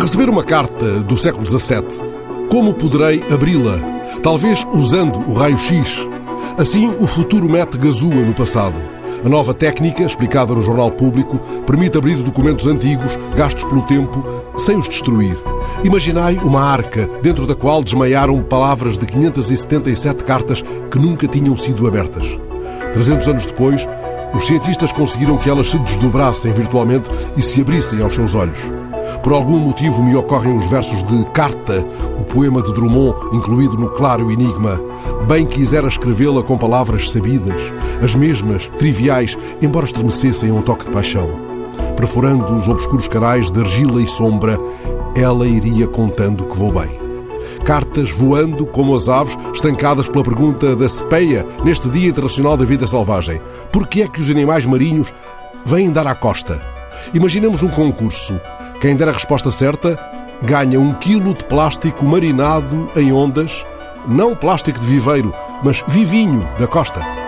Receber uma carta do século XVII. Como poderei abri-la? Talvez usando o raio-x. Assim, o futuro mete gazua no passado. A nova técnica, explicada no Jornal Público, permite abrir documentos antigos, gastos pelo tempo, sem os destruir. Imaginai uma arca, dentro da qual desmaiaram palavras de 577 cartas que nunca tinham sido abertas. 300 anos depois, os cientistas conseguiram que elas se desdobrassem virtualmente e se abrissem aos seus olhos. Por algum motivo me ocorrem os versos de Carta, o poema de Drummond, incluído no Claro Enigma. Bem quisera escrevê-la com palavras sabidas, as mesmas, triviais, embora estremecessem a um toque de paixão. Perfurando os obscuros carais de argila e sombra, ela iria contando que vou bem. Cartas voando como as aves, estancadas pela pergunta da cepeia neste Dia Internacional da Vida Selvagem. Por que é que os animais marinhos vêm dar à costa? Imaginemos um concurso. Quem der a resposta certa ganha 1 quilo de plástico marinado em ondas, não plástico de viveiro, mas vivinho da costa.